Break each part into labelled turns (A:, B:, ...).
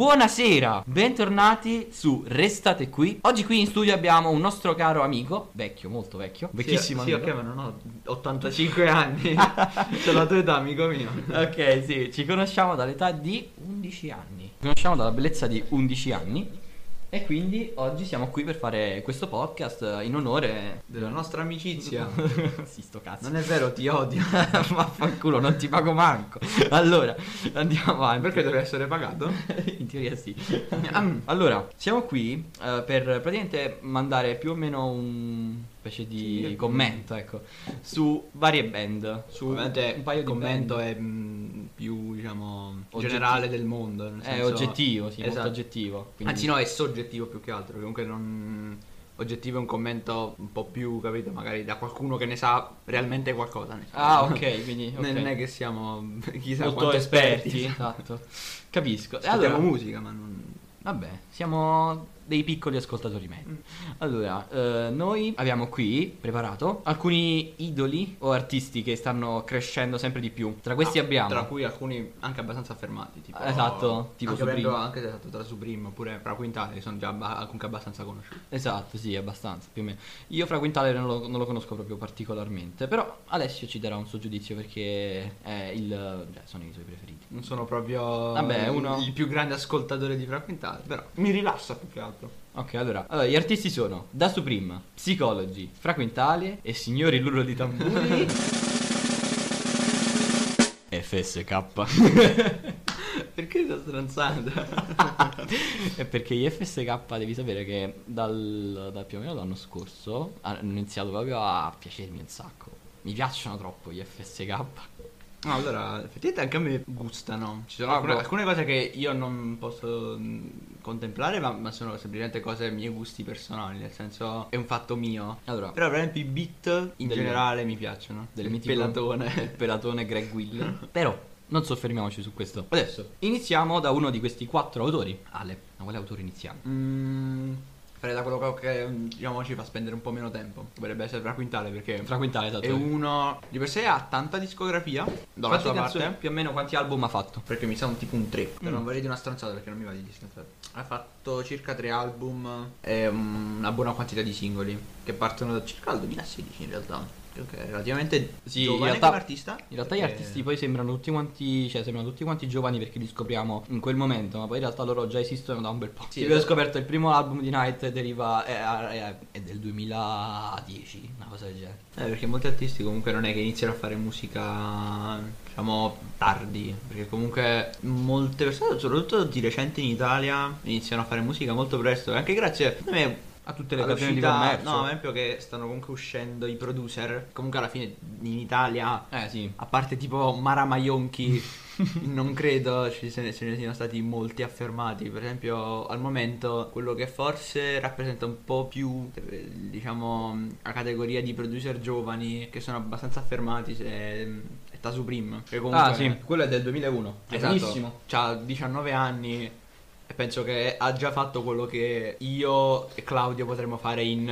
A: Buonasera, bentornati su Restate Qui. Oggi qui in studio abbiamo un nostro caro amico, vecchio, molto vecchio, vecchissimo
B: sì,
A: amico.
B: ok, ma non ho 85 anni. C'ho la tua età, amico mio.
A: Ok, sì, ci conosciamo dall'età di 11 anni. Ci conosciamo dalla bellezza di 11 anni. E quindi oggi siamo qui per fare questo podcast in onore
B: Della nostra amicizia.
A: Sì, sto cazzo.
B: Non è vero, ti odio.
A: Vaffanculo, non ti pago manco. Allora, andiamo avanti.
B: Perché deve essere pagato?
A: In teoria sì. Allora, siamo qui per praticamente mandare più o meno un specie di
B: Sì.
A: commento, ecco, su varie band, su
B: Ovviamente
A: un paio
B: il
A: di
B: commento
A: band.
B: è più, diciamo,
A: Oggettivo.
B: generale del mondo. Nel
A: È
B: senso-
A: oggettivo, sì, molto
B: Esatto.
A: oggettivo. quindi-
B: Anzi no, è soggettivo più che altro. Comunque non... Oggettivo è un commento un po' più, capito, magari da qualcuno che ne sa realmente qualcosa. Ne sa.
A: Ah, ok, quindi ok.
B: Non è che siamo chissà
A: molto
B: quanto
A: esperti, esatto. Capisco. E
B: Ascoltiamo
A: allora,
B: musica, ma non...
A: vabbè, siamo dei piccoli ascoltatori medi. Allora, noi abbiamo qui preparato alcuni idoli o artisti che stanno crescendo sempre di più. Tra questi abbiamo
B: Tra cui alcuni anche abbastanza affermati, tipo...
A: Esatto, tipo
B: anche per
A: Supreme.
B: esempio, anche esatto, tra Supreme oppure Fra Quintale, che sono già comunque abbastanza conosciuti.
A: Esatto, sì, abbastanza, più o meno. Io Fra Quintale non lo conosco proprio particolarmente, però Alessio ci darà un suo giudizio perché è sono i suoi preferiti.
B: Non sono proprio
A: Vabbè, uno-
B: il più grande ascoltatore di Fra Quintale, però mi rilassa più che altro.
A: Ok, allora, gli artisti sono Da Supreme, Psychology, Fra Quintale e Signori Lullo di Tamburi FSK.
B: Perché sta stronzata?
A: È perché gli FSK devi sapere che dal più o meno l'anno scorso hanno iniziato proprio a piacermi un sacco. Mi piacciono troppo gli FSK.
B: No, allora, effettivamente anche a me gustano. Ci sono
A: Ah,
B: alcune cose che io non posso contemplare, ma sono semplicemente cose miei gusti personali, nel senso è un fatto mio.
A: Allora,
B: Però per esempio i beat in generale mi piacciono.
A: del
B: Il
A: mitico
B: pelatone.
A: il pelatone Greg Will. Però non soffermiamoci su questo. Adesso iniziamo da uno di questi 4 autori. Ale, da quale autore iniziamo?
B: Farei da quello che diciamo ci fa spendere un po' meno tempo. Dovrebbe essere Fra Quintale perché
A: Fra Quintale, esatto.
B: è uno di per sé ha tanta discografia dalla
A: Quante
B: sua
A: canzoni,
B: parte.
A: più o meno quanti album ha fatto?
B: Perché mi sa un tipo un 3. Non vorrei di una stronzata perché non mi va di discattare. Ha fatto circa 3 album e una buona quantità di singoli che partono da circa dal 2016 in realtà. Ok, relativamente
A: Sì,
B: giovane
A: in realtà-
B: come artista.
A: In realtà gli artisti poi sembrano tutti quanti, cioè sembrano tutti quanti giovani perché li scopriamo in quel momento, ma poi in realtà loro già esistono da un bel po'.
B: Sì,
A: Io ho scoperto il primo album di Night è del 2010, una cosa del genere.
B: Perché molti artisti comunque non è che iniziano a fare musica, diciamo, tardi. Perché comunque molte persone, soprattutto di recente in Italia, iniziano a fare musica molto presto. E anche grazie, secondo me,
A: A tutte le
B: all'uscita-
A: occasioni di commercio.
B: No, ad esempio che stanno comunque uscendo i producer. Comunque alla fine in Italia,
A: Sì.
B: a parte tipo Mara Maionchi, non credo ce ne siano stati molti affermati. Per esempio al momento quello che forse rappresenta un po' più, diciamo, la categoria di producer giovani che sono abbastanza affermati è Tasu Prim, che comunque
A: Ah sì, quello è del 2001.
B: esatto,
A: Giovanissimo.
B: c'ha 19 anni e penso che ha già fatto quello che io e Claudio potremmo fare in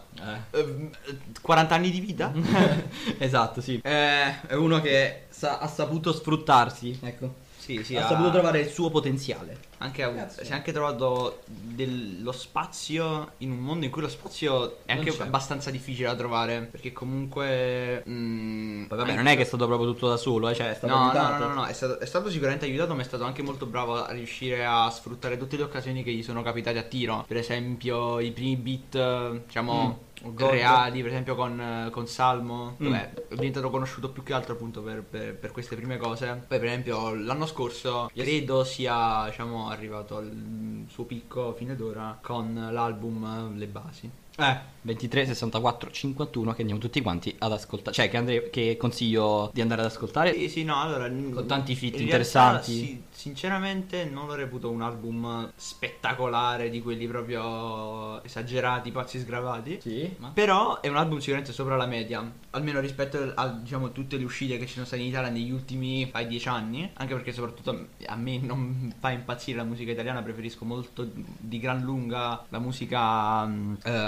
B: 40 anni di vita.
A: Esatto, sì. È uno che ha saputo sfruttarsi, ecco.
B: Sì, sì,
A: Ha saputo trovare il suo potenziale.
B: si è anche trovato dello spazio in un mondo in cui lo spazio è
A: Non
B: anche
A: c'è.
B: abbastanza difficile da trovare. Perché comunque
A: Poi vabbè, non è che è stato proprio tutto da solo, cioè è stato
B: No,
A: aiutato.
B: no, è stato sicuramente aiutato, ma è stato anche molto bravo a riuscire a sfruttare tutte le occasioni che gli sono capitate a tiro. Per esempio, i primi beat, diciamo,
A: God.
B: reali, per esempio con Salmo. Vabbè, è diventato conosciuto più che altro appunto per queste prime cose. Poi, per esempio, l'anno scorso credo sia, diciamo, arrivato al suo picco fine d'ora con l'album Le Basi.
A: 23, 64, 51 che andiamo tutti quanti ad ascoltare. Cioè che consiglio di andare ad ascoltare.
B: Sì, sì, no, allora
A: Con tanti feat
B: in
A: interessanti.
B: realtà, sì, sinceramente non lo reputo un album spettacolare di quelli proprio esagerati, pazzi sgravati.
A: Sì, ma
B: Però è un album sicuramente sopra la media, almeno rispetto a, diciamo, tutte le uscite che ci sono state in Italia negli ultimi 10 anni. Anche perché soprattutto a me non fa impazzire la musica italiana, preferisco molto di gran lunga la musica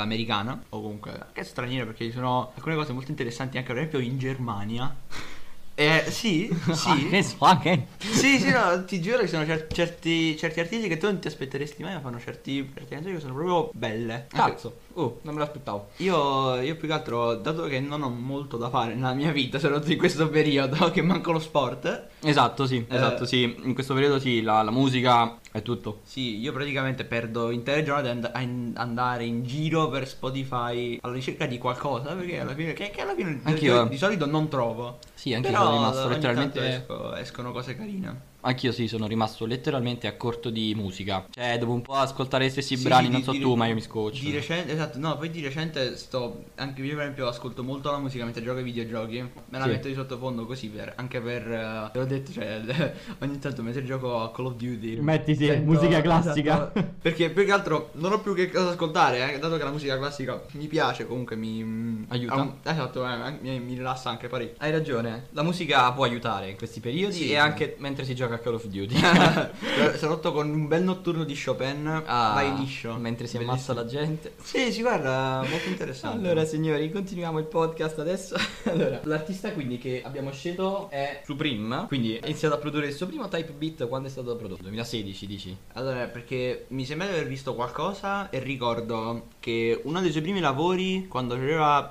B: americana o comunque anche straniera, perché ci sono alcune cose molto interessanti anche per esempio in Germania. Sì, sì.
A: Che so, anche.
B: Sì, sì, no, ti giuro che sono certi artisti che tu non ti aspetteresti mai, ma fanno certi canzoni che sono proprio belle.
A: Cazzo, non me l'aspettavo.
B: Io più che altro, dato che non ho molto da fare nella mia vita, soprattutto in questo periodo, che manco lo sport.
A: Esatto, sì. In questo periodo sì, la musica è tutto.
B: Sì, io praticamente perdo intere giornate a andare in giro per Spotify alla ricerca di qualcosa, perché alla fine, che alla fine
A: Anch'io.
B: di solito non trovo.
A: Sì, anche io
B: Però
A: sono rimasto
B: ogni
A: letteralmente.
B: tanto escono cose carine.
A: Anch'io sì, sono rimasto letteralmente a corto di musica. Cioè, dopo un po' ascoltare gli stessi brani, non so tu, ma io mi scoccio.
B: Di recente, esatto, no, poi di recente anche io per esempio ascolto molto la musica mentre gioco ai videogiochi. Me la
A: Sì.
B: metto di sottofondo così anche per, te l'ho detto, cioè ogni tanto mentre gioco a Call of Duty
A: Metti, sì, musica classica.
B: esatto, perché più che altro non ho più che cosa ascoltare, dato che la musica classica mi piace, comunque mi
A: Aiuta.
B: esatto, mi rilassa anche parecchio.
A: Hai ragione, la musica può aiutare in questi periodi
B: Sì,
A: e
B: sì.
A: anche mentre si gioca a Call of Duty.
B: Salotto con un bel notturno di Chopin, vai liscio.
A: Mentre si
B: Bellissimo.
A: ammassa la gente.
B: Sì, si guarda, molto interessante.
A: Allora signori, continuiamo il podcast adesso. Allora, l'artista quindi che abbiamo scelto è Supreme. Quindi ha iniziato a produrre il suo primo type beat quando è stato prodotto? 2016 dici?
B: Allora, perché mi sembra di aver visto qualcosa e ricordo che uno dei suoi primi lavori, quando aveva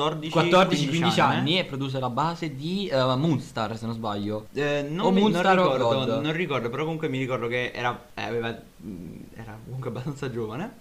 B: 14-15
A: anni e produce la base di Moonstar, se non sbaglio.
B: Non
A: Moonstar o
B: ricordo,
A: God.
B: non ricordo, però comunque mi ricordo che era comunque abbastanza giovane.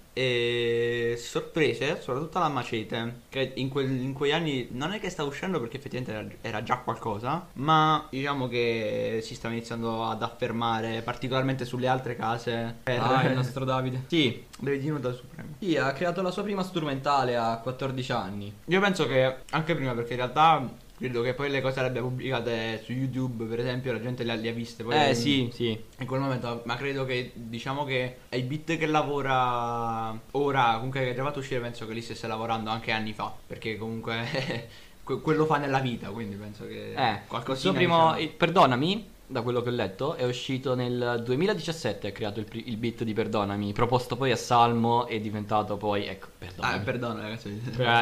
B: E sorprese, soprattutto la Macete, che in quegli anni non è che stava uscendo perché effettivamente era già qualcosa, ma diciamo che si stava iniziando ad affermare, particolarmente sulle altre case.
A: Il nostro Davide. Sì,
B: Devi dire da Supremo.
A: sì, ha creato la sua prima strumentale a 14 anni.
B: Io penso che anche prima, perché in realtà credo che poi le cose le abbia pubblicate su YouTube, per esempio, la gente le ha viste. Poi
A: Sì, sì.
B: in quel momento, ma credo che diciamo che ai beat che lavora ora, comunque che è già fatto uscire, penso che li stesse lavorando anche anni fa, perché comunque quello fa nella vita, quindi penso che
A: Il
B: qualcosina,
A: suo primo,
B: diciamo.
A: Perdonami, da quello che ho letto, è uscito nel 2017, ha creato il beat di Perdonami, proposto poi a Salmo e diventato poi, ecco, Perdonami.
B: Perdono ragazzi.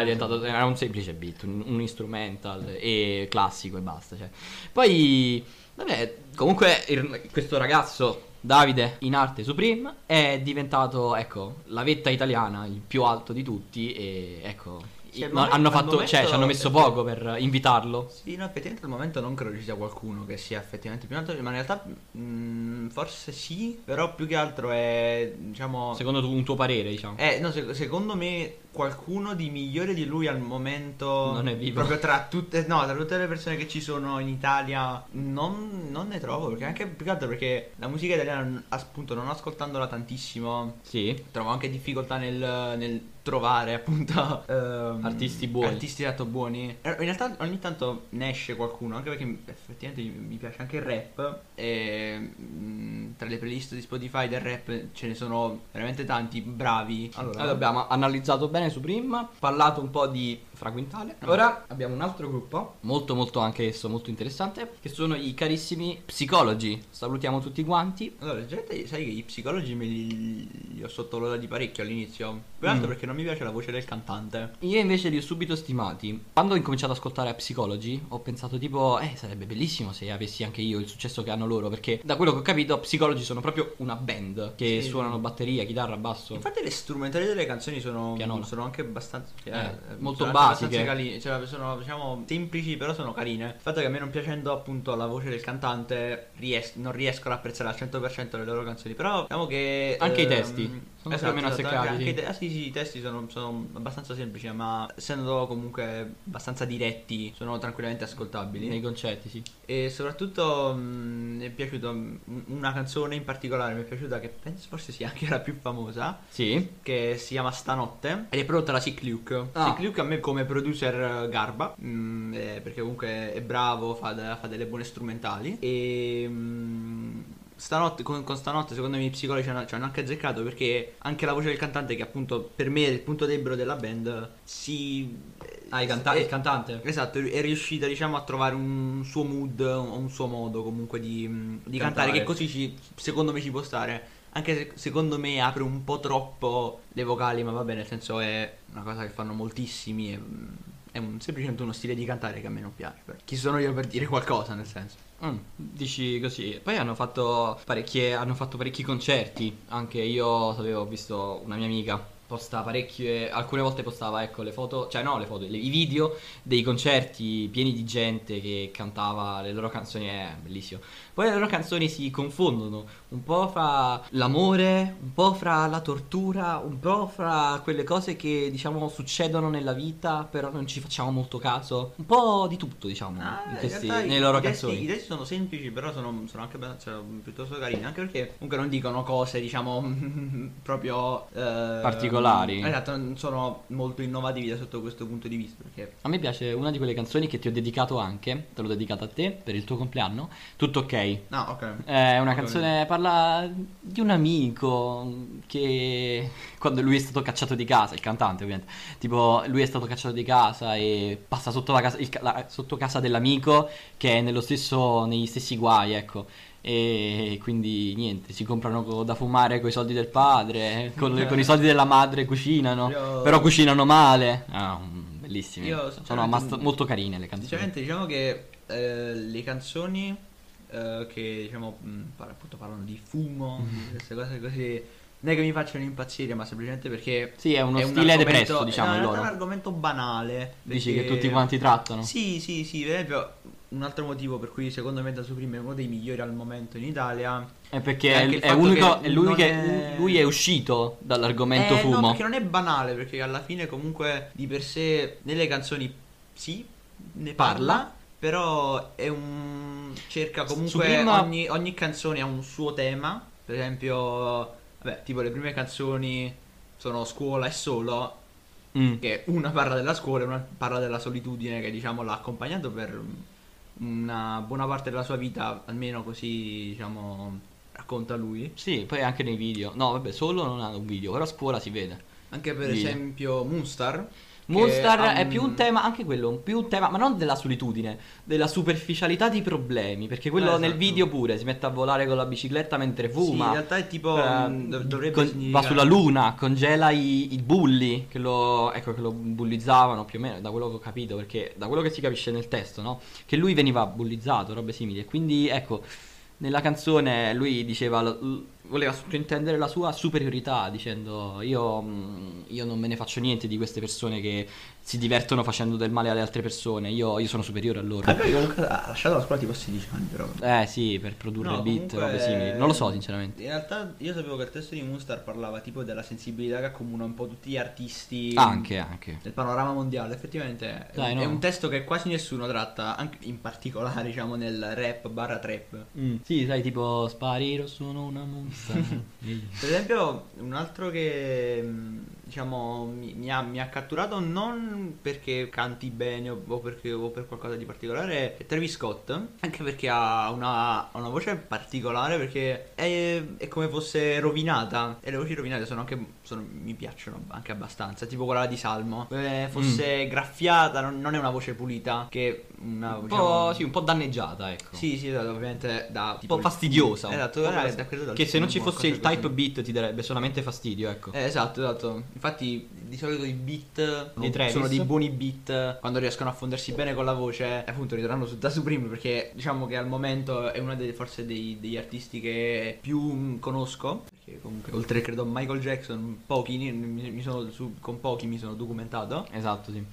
A: Era un semplice beat, un instrumental e classico e basta. Cioè. Poi, vabbè, comunque questo ragazzo, Davide, in arte Supreme, è diventato, ecco, la vetta italiana, il più alto di tutti e ecco...
B: Sì,
A: hanno fatto, cioè, ci hanno messo poco per invitarlo.
B: Sì, no, effettivamente al momento non credo ci sia qualcuno che sia effettivamente più alto, ma in realtà forse sì, però più che altro è, diciamo...
A: Secondo un tuo parere, diciamo.
B: No, secondo me qualcuno di migliore di lui al momento
A: Non è vivo.
B: proprio tra tutte le persone che ci sono in Italia non ne trovo, perché anche più che altro perché la musica italiana, appunto, non ascoltandola tantissimo,
A: Sì.
B: trovo anche difficoltà nel trovare appunto
A: Artisti buoni.
B: artisti tanto buoni. In realtà ogni tanto ne esce qualcuno, anche perché effettivamente mi piace anche il rap e tra le playlist di Spotify del rap ce ne sono veramente tanti bravi.
A: Allora, abbiamo analizzato bene Supreme, parlato un po' di Fraquintale. Ora abbiamo un altro gruppo, molto molto anche esso molto interessante, che sono i carissimi Psicologi. Salutiamo tutti quanti.
B: Allora, gente, sai che i psicologi li ho sottovalutati parecchio all'inizio. Peraltro perché non mi piace la voce del cantante.
A: Io invece li ho subito stimati. Quando ho incominciato ad ascoltare a Psicologi, ho pensato tipo, sarebbe bellissimo se avessi anche io il successo che hanno loro, perché da quello che ho capito Psicologi sono proprio una band che suonano batteria, chitarra, basso.
B: Infatti le strumentali delle canzoni sono
A: Pianola.
B: anche abbastanza
A: molto
B: sono
A: basiche.
B: abbastanza cioè sono diciamo semplici, però sono carine. Il fatto è che a me non piacendo appunto la voce del cantante non riesco ad apprezzare al 100% le loro canzoni, però diciamo che
A: anche i testi sono più o meno azzeccati.
B: Anche i testi sono abbastanza semplici, ma essendo comunque abbastanza diretti sono tranquillamente ascoltabili
A: Nei concetti, sì.
B: e soprattutto mi è piaciuta una canzone in particolare, mi è piaciuta, che penso forse sia anche la più famosa,
A: Sì.
B: che si chiama Stanotte ed è prodotta da Sick Luke. Sick Luke a me come producer garba, perché comunque è bravo, fa delle buone strumentali e Stanotte, con Stanotte secondo me i psicologi ci hanno anche azzeccato, perché anche la voce del cantante, che appunto per me è il punto debole della band, il
A: cantante.
B: esatto, è riuscita diciamo a trovare un suo mood, un suo modo comunque di cantare, che così secondo me ci può stare. Anche se secondo me apre un po' troppo le vocali, ma vabbè, nel senso è una cosa che fanno moltissimi è semplicemente uno stile di cantare che a me non piace. Chi sono io per dire qualcosa, nel senso.
A: Dici così. Poi hanno fatto parecchi concerti. Anche io ho visto una mia amica posta parecchie, alcune volte postava, ecco, le foto, cioè no le foto, i video dei concerti pieni di gente che cantava le loro canzoni, è bellissimo. Poi le loro canzoni si confondono un po' fra l'amore, un po' fra la tortura, un po' fra quelle cose che diciamo succedono nella vita però non ci facciamo molto caso, un po' di tutto diciamo nelle loro canzoni.
B: I testi sono semplici però sono anche piuttosto carini, anche perché comunque non dicono cose diciamo proprio
A: particolari.
B: Esatto, non sono molto innovativi da sotto questo punto di vista, perché
A: a me piace una di quelle canzoni che ti ho dedicato anche, te l'ho dedicata a te per il tuo compleanno, Tutto ok.
B: No, ok.
A: È una canzone, parla di un amico che quando lui è stato cacciato di casa, il cantante ovviamente, tipo lui è stato cacciato di casa e passa sotto sotto casa dell'amico che è negli stessi guai, ecco. E quindi niente, si comprano da fumare con i soldi del padre, con i soldi della madre cucinano, però cucinano male. Bellissime. Sono molto carine le canzoni.
B: Sinceramente diciamo che le canzoni che diciamo appunto parlano di fumo, di queste cose così, non è che mi facciano impazzire, ma semplicemente perché
A: sì, è uno stile depresso, diciamo loro.
B: È un argomento banale.
A: Dici che tutti quanti trattano?
B: Sì, per esempio un altro motivo per cui secondo me Da Supreme è uno dei migliori al momento in Italia
A: è perché lui è uscito dall'argomento fumo.
B: No, perché non è banale, perché alla fine comunque di per sé nelle canzoni sì, ne parla, però cerca comunque ogni canzone ha un suo tema. Per esempio, tipo le prime canzoni sono Scuola e Solo, che una parla della scuola e una parla della solitudine che diciamo l'ha accompagnato per una buona parte della sua vita, almeno così diciamo racconta lui.
A: Sì, poi anche nei video. No, vabbè, Solo non ha un video, però a scuola si vede.
B: Anche per esempio Moonstar
A: è più un tema, anche quello, più un tema, ma non della solitudine, della superficialità di problemi, perché quello
B: esatto.
A: Nel video pure si mette a volare con la bicicletta mentre fuma.
B: Sì, in realtà è tipo
A: va sulla luna, congela i bulli che lo bullizzavano, più o meno, da quello che ho capito, perché da quello che si capisce nel testo, no? Che lui veniva bullizzato, robe simili, e quindi ecco, nella canzone lui voleva sottintendere la sua superiorità dicendo io non me ne faccio niente di queste persone che si divertono facendo del male alle altre persone, io sono superiore a loro.
B: Poi comunque ha lasciato la scuola tipo a 16 anni però.
A: Sì, per produrre beat, robe simili, non lo so sinceramente.
B: In realtà io sapevo che il testo di Moonstar parlava tipo della sensibilità che accomuna un po' tutti gli artisti
A: anche
B: del panorama mondiale. Effettivamente è un testo che quasi nessuno tratta, anche in particolare diciamo nel rap / trap.
A: Sì, sai, tipo sparirò, sono una monstra.
B: Per esempio un altro che diciamo mi ha catturato non perché canti bene o per qualcosa di particolare è Travis Scott, anche perché ha una voce particolare, perché è come fosse rovinata, e le voci rovinate mi piacciono anche abbastanza, tipo quella di Salmo, fosse graffiata, non è una voce pulita, che
A: un po' danneggiata, ecco.
B: Sì, esatto, ovviamente
A: un po' fastidiosa.
B: Esatto,
A: che se non ci fosse il type beat ti darebbe solamente fastidio, ecco.
B: Esatto. Infatti di solito i beat sono dei buoni beat quando riescono a fondersi bene con la voce, appunto ritornando su Da Supreme, perché diciamo che al momento è uno forse degli artisti che più conosco, perché comunque oltre credo a Michael Jackson con pochi mi sono documentato.
A: Esatto, sì.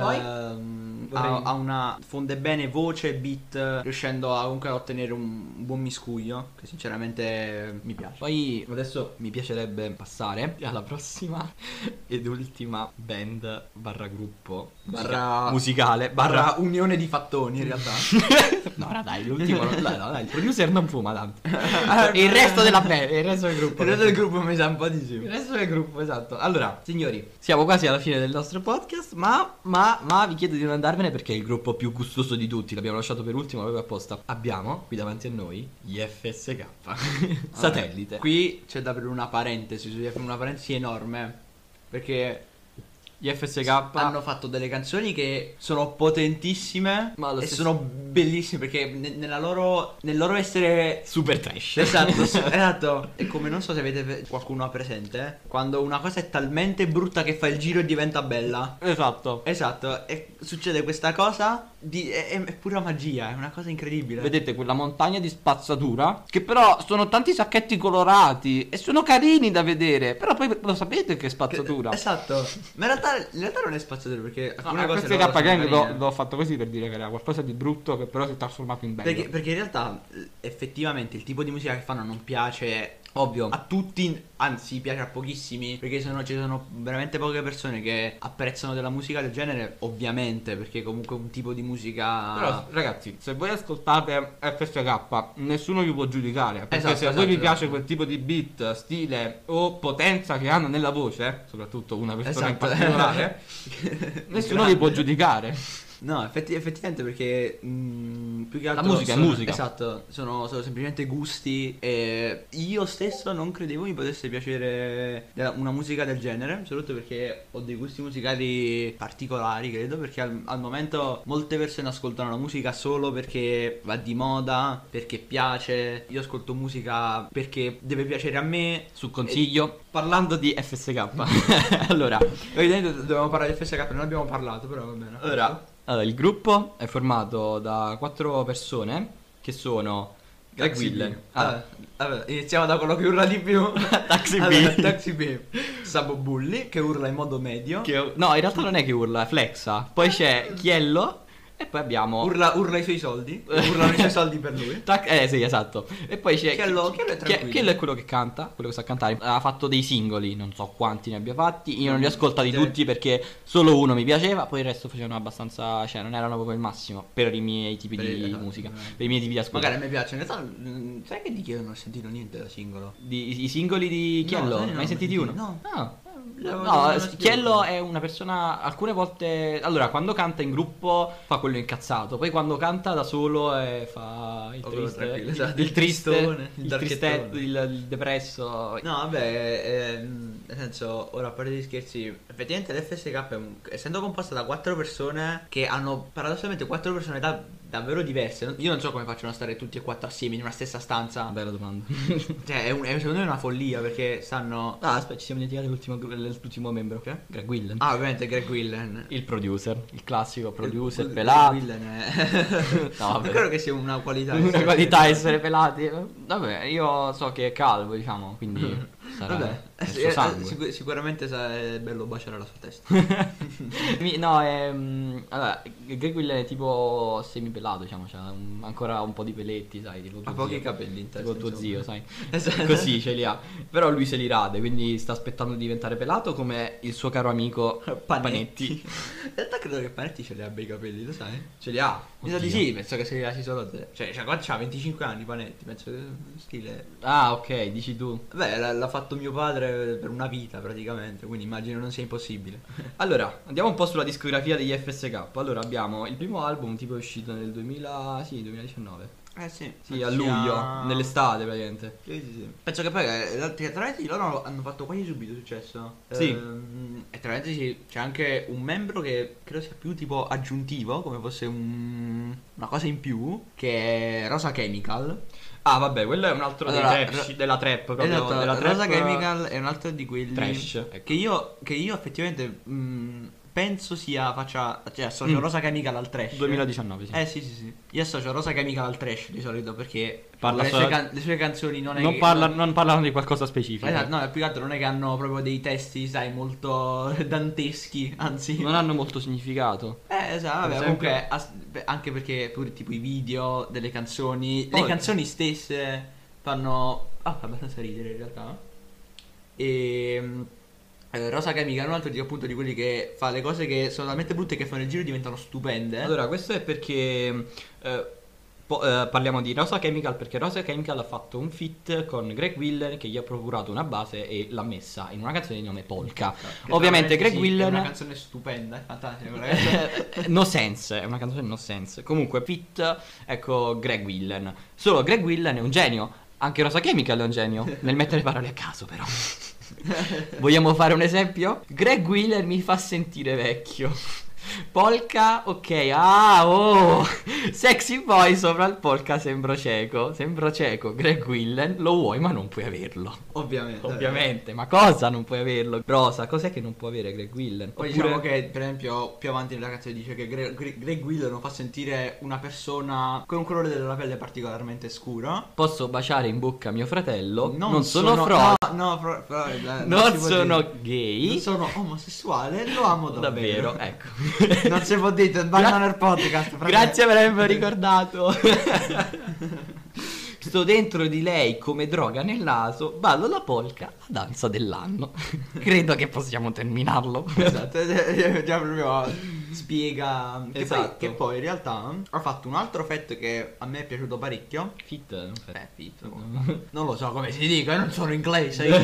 B: Fonde bene voce e beat, riuscendo comunque a ottenere un buon miscuglio che sinceramente mi piace.
A: Poi adesso mi piacerebbe passare alla prossima ed ultima band / gruppo musicale
B: / unione di fattoni in realtà.
A: No, dai, l'ultimo dai, il producer non fuma tanto. Il resto della band, il resto del gruppo.
B: Il resto del gruppo mi sa un po' di sì.
A: Il resto del gruppo, esatto. Allora, signori, siamo quasi alla fine del nostro podcast, ma vi chiedo di non andarvene perché è il gruppo più gustoso di tutti, l'abbiamo lasciato per ultimo proprio apposta. Abbiamo qui davanti a noi gli FSK Satellite.
B: Qui c'è da aprire una parentesi enorme, perché
A: Gli FSK
B: hanno fatto delle canzoni che sono potentissime
A: Ma allo
B: e
A: stesso-
B: sono bellissime perché nel loro essere
A: super trash.
B: esatto, esatto. È come, non so se avete qualcuno ha presente, quando una cosa è talmente brutta che fa il giro e diventa bella.
A: Esatto.
B: Esatto, e succede questa cosa è pura magia, è una cosa incredibile.
A: Vedete quella montagna di spazzatura, che però sono tanti sacchetti colorati e sono carini da vedere, però poi lo sapete che è spazzatura.
B: Esatto. Ma in realtà non è spazzatura perché
A: No,
B: alcune cose
A: FSK
B: loro sono
A: Gang
B: carine.
A: l'ho fatto così per dire che era qualcosa di brutto che però si è trasformato in bello.
B: Perché in realtà effettivamente il tipo di musica che fanno non piace
A: Ovvio.
B: a tutti, anzi piace a pochissimi, perché ci sono veramente poche persone che apprezzano della musica del genere, ovviamente, perché comunque è un tipo di musica.
A: Però ragazzi, se voi ascoltate FSK, nessuno vi può giudicare. Perché
B: Esatto,
A: se a voi
B: esatto,
A: vi piace
B: esatto.
A: quel tipo di beat, stile o potenza che hanno nella voce, soprattutto una persona
B: Esatto.
A: in particolare, nessuno vi può giudicare.
B: No, effettivamente perché più che altro
A: La musica è
B: sono-
A: musica.
B: Esatto, sono semplicemente gusti e io stesso non credevo mi potesse piacere una musica del genere, soprattutto perché ho dei gusti musicali particolari, credo, perché al momento molte persone ascoltano la musica solo perché va di moda, perché piace. Io ascolto musica perché deve piacere a me.
A: Su consiglio, parlando di FSK. Allora,
B: Evidentemente dovevamo parlare di FSK, non abbiamo parlato, però va bene.
A: allora, il gruppo è formato da 4 persone che sono Greg
B: Taxi
A: Willen.
B: B. Vabbè, iniziamo da quello che urla di più.
A: Taxi B.
B: Allora, Taxi B. Sabo Bulli che urla in modo medio.
A: No, in realtà non è che urla, è flexa. Poi c'è Chiello e poi abbiamo
B: Urla i suoi soldi. Urlano i suoi soldi per lui.
A: Sì, esatto. E poi c'è
B: Chiello è tranquillo.
A: Chiello è quello che canta, quello che sa cantare. Ha fatto dei singoli, non so quanti ne abbia fatti. Io non li ho ascoltati
B: Sì.
A: tutti perché solo uno mi piaceva, poi il resto facevano abbastanza, cioè non erano proprio il massimo per i miei tipi di
B: Esatto.
A: musica, per i miei tipi di ascolto.
B: Magari a me piace. In realtà, sai che di Chiello non ho sentito niente da singolo?
A: I singoli di
B: No,
A: Chiello,
B: sai,
A: mai
B: non
A: sentiti
B: ho
A: uno?
B: sentito, no.
A: Ah.
B: Devo
A: No,
B: sentire
A: Chiello
B: uno.
A: è una persona, alcune volte, allora quando canta in gruppo fa quello incazzato, poi quando canta da solo fa il
B: quello
A: triste,
B: tranquillo, esatto,
A: il triste,
B: tristone, il
A: il
B: darkettone.
A: tristetto, il depresso.
B: No, vabbè, nel senso, ora a parte di scherzi, effettivamente l'FSK essendo composta da 4 persone che hanno paradossalmente 4 personalità davvero diverse. Io non so come facciano a stare tutti e 4 assieme in una stessa stanza.
A: Bella domanda.
B: Cioè, secondo me è una follia perché stanno.
A: Ah, aspetta, ci siamo dimenticati l'ultimo membro.
B: Che?
A: Greg Willen.
B: Ah, ovviamente Greg Willen.
A: Il producer, il classico producer
B: Greg
A: pelato.
B: Willen è.
A: No, vabbè.
B: Non credo che sia una qualità.
A: Una qualità essere pelati. Vabbè, io so che è calvo, diciamo, quindi sarà
B: Vabbè,
A: nel suo sangue.
B: sicuramente è bello baciare la sua testa.
A: No, allora, Greg Willen è tipo semipelato, diciamo, c'ha ancora un po' di peletti, sai, tipo tuo
B: Ha pochi
A: zio.
B: capelli in testa.
A: Tipo tuo
B: insomma.
A: zio, sai.
B: Esatto.
A: Così ce li ha. Però lui se li rade, quindi sta aspettando di diventare pelato come il suo caro amico Panetti.
B: In realtà credo che Panetti ce li abbia i capelli, lo sai?
A: Ce li ha.
B: Mi sa di
A: Oddio.
B: sì, penso che se li lasci solo te. Cioè, quando c'ha 25 anni Panetti, penso che stile.
A: Ah, ok, dici tu.
B: Beh, l'ha fatto mio padre per una vita praticamente, quindi immagino non sia impossibile.
A: Allora, andiamo un po' sulla discografia degli FSK. Allora, abbiamo il primo album tipo è uscito nel 2019.
B: Sì.
A: Sì, a luglio, nell'estate praticamente.
B: Sì, sì, sì. Penso che poi tra l'altro loro hanno fatto quasi subito successo.
A: Sì.
B: E tra l'altro c'è anche un membro che credo sia più tipo aggiuntivo, come fosse una cosa in più, che è Rosa Chemical.
A: Ah, vabbè, quello è un altro
B: Allora,
A: dei trap, della trap, proprio
B: Esatto,
A: della trap
B: Rosa Chemical è un altro di quelli
A: trash, ecco.
B: che io effettivamente penso cioè associo Rosa Chemical al trash.
A: 2019, sì.
B: Sì. Io associo Rosa Chemical al trash di solito perché
A: Parla
B: le,
A: solo-
B: le sue canzoni non è
A: Non,
B: che
A: non parlano di qualcosa specifico.
B: Esatto, no, più che altro non è che hanno proprio dei testi, sai, molto danteschi, anzi.
A: Non hanno molto significato.
B: Esatto, vabbè,
A: Per
B: comunque anche perché pure tipo i video delle canzoni,
A: Poi-
B: le canzoni stesse fanno abbastanza ridere in realtà. E Rosa Chemical è un altro appunto di quelli che fa le cose che sono talmente brutte che fanno il giro e diventano stupende.
A: Allora, questo è perché parliamo di Rosa Chemical perché Rosa Chemical ha fatto un feat con Greg Willen che gli ha procurato una base e l'ha messa in una canzone di nome Polka.
B: Che
A: Ovviamente
B: tra
A: Greg
B: l'altro sì, è una
A: Willen
B: canzone stupenda, è fantastica quella canzone.
A: No sense, è una canzone no sense. Comunque feat, ecco Greg Willen. Solo Greg Willen è un genio. Anche Rosa Chemical è un genio nel mettere parole a caso però. Vogliamo fare un esempio? Greg Wheeler mi fa sentire vecchio. Polka, ok, Sexy Boy sopra il polka sembro cieco. Greg Wheeler, lo vuoi ma non puoi averlo. Ovviamente, ma cosa non puoi averlo? Rosa, cos'è che non può avere Greg Wheeler?
B: Poi diciamo che, per esempio, più avanti nella canzone dice che Greg Wheeler non fa sentire una persona con un colore della pelle particolarmente scuro.
A: Posso baciare in bocca mio fratello, non
B: sono
A: gay,
B: non sono omosessuale, lo amo davvero.
A: Ecco.
B: Non si può dire, bannano il podcast.
A: Grazie per avermi ricordato. Sto dentro di lei come droga nel naso, ballo la polka, la danza dell'anno. Credo che possiamo terminarlo.
B: Esatto, già proprio spiega.
A: Esatto.
B: Che poi in realtà ha fatto un altro feat che a me è piaciuto parecchio.
A: Fit.
B: Non lo so come si dica, io non sono inglese io.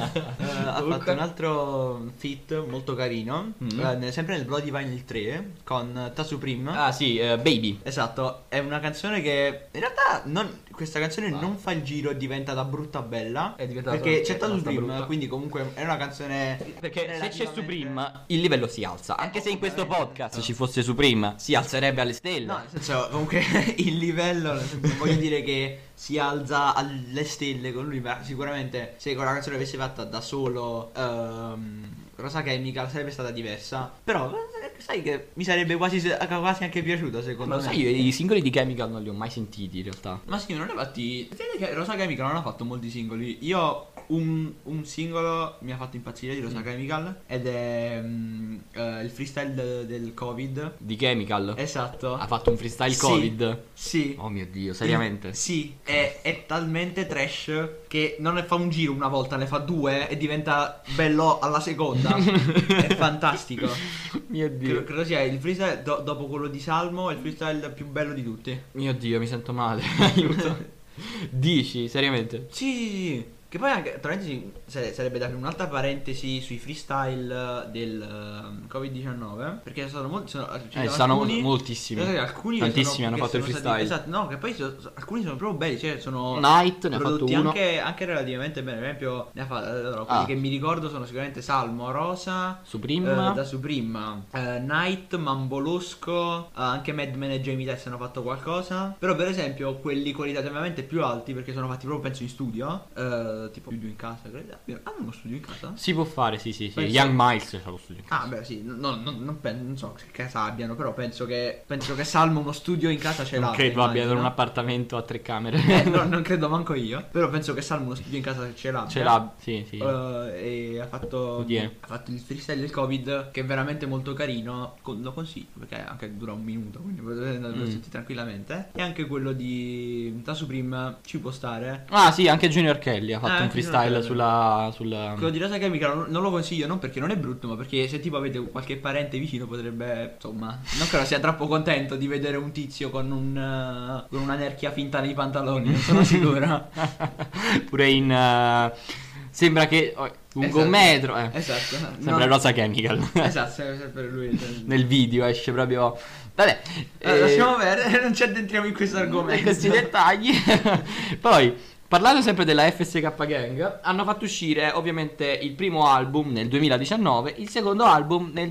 B: Ha fatto un altro feat molto carino, sempre nel Bloody Vinyl 3 con Tasu Prim.
A: Ah sì, Baby.
B: Esatto, è una canzone che in realtà questa canzone non fa il giro e diventa da brutta bella.
A: È diventata
B: perché c'è Tasu
A: brutta.
B: Prim, quindi comunque è una canzone.
A: Perché se c'è Supreme il livello si alza. Anche se in questo podcast ci fosse Supreme si alzerebbe alle stelle.
B: No, nel senso, comunque il livello, nel senso, non voglio dire che si alza alle stelle con lui, ma sicuramente se con la canzone avesse fatta da solo Rosa Chemical sarebbe stata diversa. Però sai che mi sarebbe quasi anche piaciuta, secondo me.
A: Sai, io i singoli di Chemical non li ho mai sentiti in realtà.
B: Ma sì, non ne ha fatti. Vedi che Rosa Chemical non ha fatto molti singoli. Io un singolo mi ha fatto impazzire di Rosa Chemical ed è il freestyle del Covid.
A: Di Chemical?
B: Esatto.
A: Ha fatto un freestyle
B: Sì.
A: Covid?
B: Sì.
A: Oh mio Dio, seriamente?
B: Sì, è talmente trash che non ne fa un giro una volta, ne fa due e diventa bello alla seconda. È fantastico.
A: Mio Dio.
B: Credo sia il freestyle dopo quello di Salmo, è il freestyle più bello di tutti.
A: Mio Dio, mi sento male. Aiuto. Dici, seriamente?
B: Sì. Che poi anche, tra parentesi, sarebbe da aprire un'altra parentesi sui freestyle del Covid-19. Perché sono
A: moltissimi.
B: Alcuni
A: tantissimi hanno fatto il freestyle.
B: Esatto, no, che poi alcuni sono proprio belli. Cioè, sono
A: Night ne ha fatto uno.
B: Anche relativamente bene. Per esempio, ne ha fatto. Quelli che mi ricordo sono sicuramente Salmo, Rosa,
A: Supreme,
B: da Supreme, Night, Mambolosco, anche Madman e Jamie Tess hanno fatto qualcosa. Però, per esempio, quelli qualitativamente più alti, perché sono fatti proprio, penso, in studio. Tipo studio in casa, credo. Hanno uno studio in casa?
A: Si può fare, sì.
B: Penso...
A: Young Miles ha lo studio in casa.
B: Ah, beh, sì. Non so che casa abbiano, però penso che Salmo uno studio in casa ce l'ha.
A: Non credo abbiano un appartamento a 3 camere.
B: No, non credo manco io. Però penso che Salmo uno studio in casa ce l'ha.
A: Ce l'ha, sì.
B: E ha fatto il freestyle del Covid, che è veramente molto carino. Lo consiglio perché anche dura un minuto, quindi potete andarlo sentire tranquillamente. E anche quello di Tasu Prim ci può stare.
A: Ah, sì, anche Junior Kelly ha fatto un freestyle sulla
B: quello di Rosa Chemical non lo consiglio, non perché non è brutto, ma perché se tipo avete qualche parente vicino potrebbe, insomma, non credo sia troppo contento di vedere un tizio con una nerchia finta nei pantaloni, non sono sicuro.
A: Pure in sembra che lungo un metro,
B: esatto,
A: sembra Rosa Chemical.
B: Esatto, sempre lui
A: nel video esce proprio. Vabbè,
B: lasciamo perdere, non ci addentriamo in questo argomento,
A: in questi dettagli. Poi parlando sempre della FSK Gang, hanno fatto uscire ovviamente il primo album nel 2019, il secondo album nel